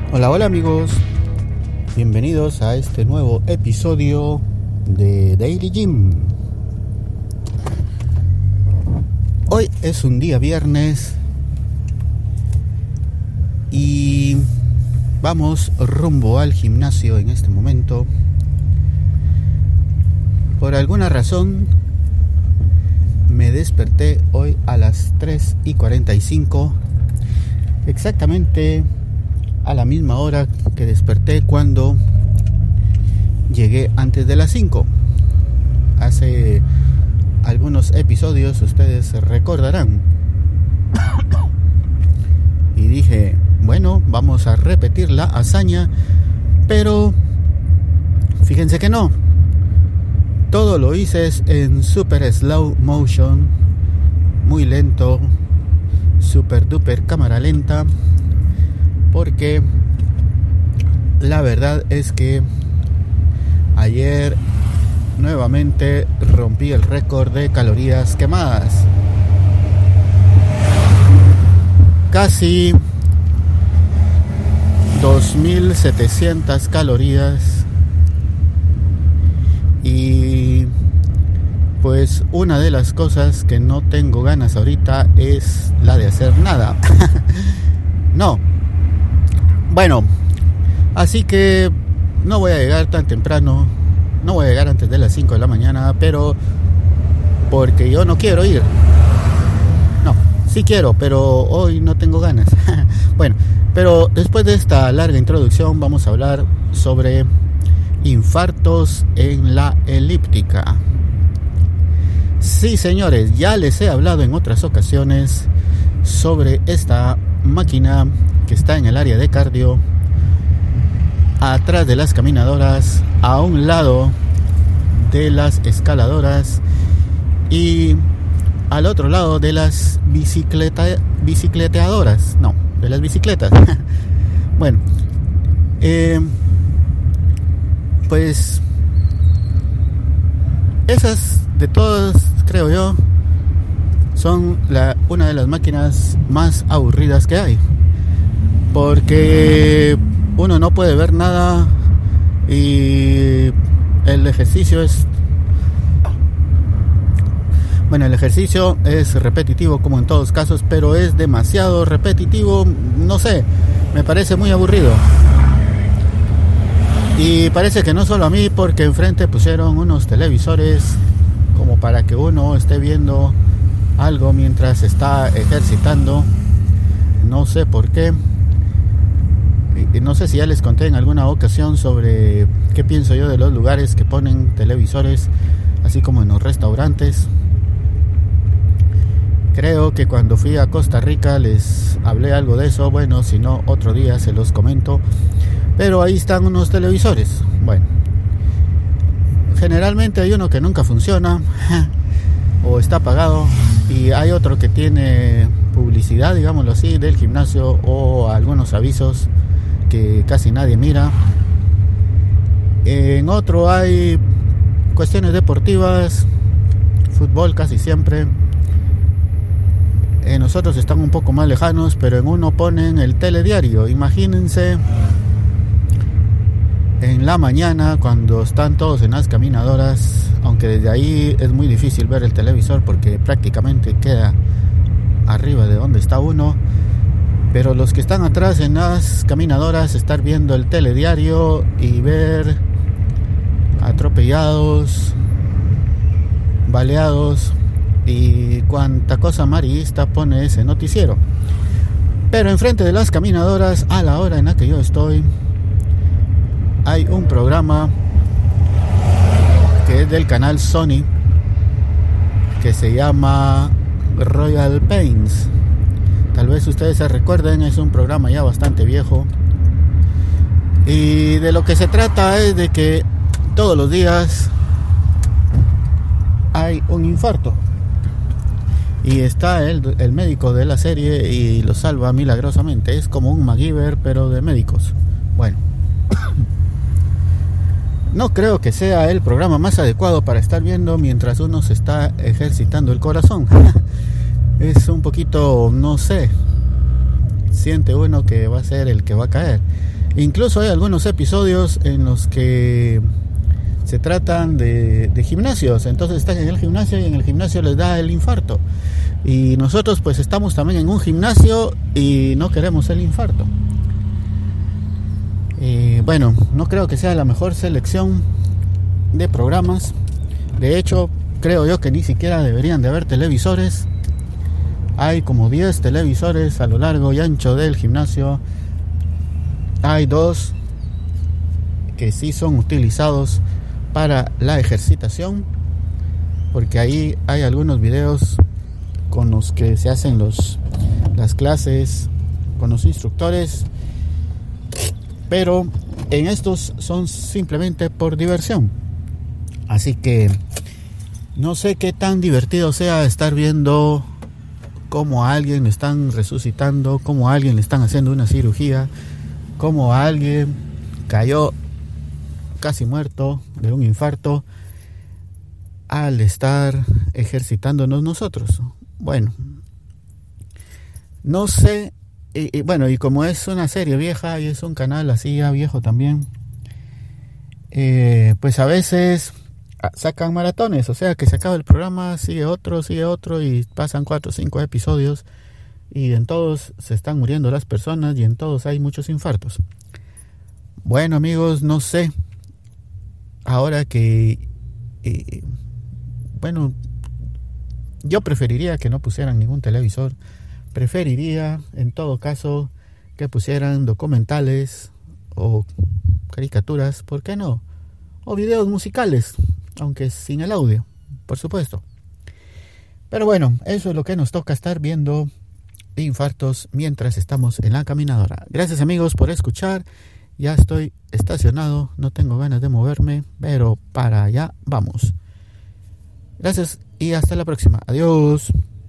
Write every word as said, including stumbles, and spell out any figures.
Hola, hola amigos, bienvenidos a este nuevo episodio de Daily Gym. Hoy es un día viernes y vamos rumbo al gimnasio en este momento. Por alguna razón me desperté hoy a las tres y cuarenta y cinco, exactamente a la misma hora que desperté cuando llegué antes de las cinco. Hace algunos episodios ustedes recordarán. Y dije, bueno, vamos a repetir la hazaña, pero fíjense que no. Todo lo hice en super slow motion, muy lento, super duper cámara lenta, porque la verdad es que ayer nuevamente rompí el récord de calorías quemadas. Casi dos mil setecientas calorías. Y pues una de las cosas que no tengo ganas ahorita es la de hacer nada. No. Bueno, así que no voy a llegar tan temprano, no voy a llegar antes de las cinco de la mañana, pero porque yo no quiero ir. No, sí quiero, pero hoy no tengo ganas. Bueno, pero después de esta larga introducción vamos a hablar sobre infartos en la elíptica. Sí, señores, ya les he hablado en otras ocasiones sobre esta máquina que está en el área de cardio, atrás de las caminadoras, a un lado de las escaladoras y al otro lado de las bicicleta, bicicleteadoras, no, de las bicicletas. Bueno, eh, pues esas de todas, creo yo, son la, una de las máquinas más aburridas que hay, porque uno no puede ver nada y el ejercicio es bueno, el ejercicio es repetitivo como en todos casos, pero es demasiado repetitivo, no sé, me parece muy aburrido. Y parece que no solo a mí, porque enfrente pusieron unos televisores como para que uno esté viendo algo mientras está ejercitando. No sé por qué. Y no sé si ya les conté en alguna ocasión sobre qué pienso yo de los lugares que ponen televisores, así como en los restaurantes. Creo que cuando fui a Costa Rica les hablé algo de eso. Bueno, si no, otro día se los comento. Pero ahí están unos televisores. Bueno, generalmente hay uno que nunca funciona o está apagado, y hay otro que tiene publicidad, digámoslo así, del gimnasio o algunos avisos que casi nadie mira. En otro hay cuestiones deportivas, fútbol casi siempre. En nosotros están un poco más lejanos, pero en uno ponen el telediario. Imagínense en la mañana cuando están todos en las caminadoras, aunque desde ahí es muy difícil ver el televisor porque prácticamente queda arriba de donde está uno, pero los que están atrás en las caminadoras, estar viendo el telediario y ver atropellados, baleados y cuánta cosa amarillista pone ese noticiero. Pero enfrente de las caminadoras, a la hora en la que yo estoy, hay un programa que es del canal Sony que se llama Royal Pains. Tal vez ustedes se recuerden, es un programa ya bastante viejo, y de lo que se trata es de que todos los días hay un infarto y está el, el médico de la serie y lo salva milagrosamente. Es como un MacGyver pero de médicos. Bueno, no creo que sea el programa más adecuado para estar viendo mientras uno se está ejercitando el corazón. Es un poquito, no sé, siente uno que va a ser el que va a caer. Incluso hay algunos episodios en los que se tratan de, de gimnasios. Entonces están en el gimnasio y en el gimnasio les da el infarto. Y nosotros pues estamos también en un gimnasio y no queremos el infarto. Eh, bueno, no creo que sea la mejor selección de programas. De hecho, creo yo que ni siquiera deberían de haber televisores. Hay como diez televisores a lo largo y ancho del gimnasio. Hay dos que sí son utilizados para la ejercitación, porque ahí hay algunos videos con los que se hacen los, las clases con los instructores, pero en estos son simplemente por diversión. Así que no sé qué tan divertido sea estar viendo cómo a alguien le están resucitando, cómo a alguien le están haciendo una cirugía, cómo a alguien cayó casi muerto de un infarto al estar ejercitándonos nosotros. Bueno, no sé, y, y bueno, y como es una serie vieja y es un canal así ya viejo también, eh, pues a veces sacan maratones, o sea que se acaba el programa, sigue otro, sigue otro y pasan cuatro o cinco episodios y en todos se están muriendo las personas y en todos hay muchos infartos. Bueno amigos, no sé, ahora que eh, bueno, yo preferiría que no pusieran ningún televisor. Preferiría en todo caso que pusieran documentales o caricaturas, ¿por qué no? O videos musicales, aunque sin el audio, por supuesto. Pero bueno, eso es lo que nos toca estar viendo, infartos mientras estamos en la caminadora. Gracias amigos por escuchar. Ya estoy estacionado, no tengo ganas de moverme, pero para allá vamos. Gracias y hasta la próxima. Adiós.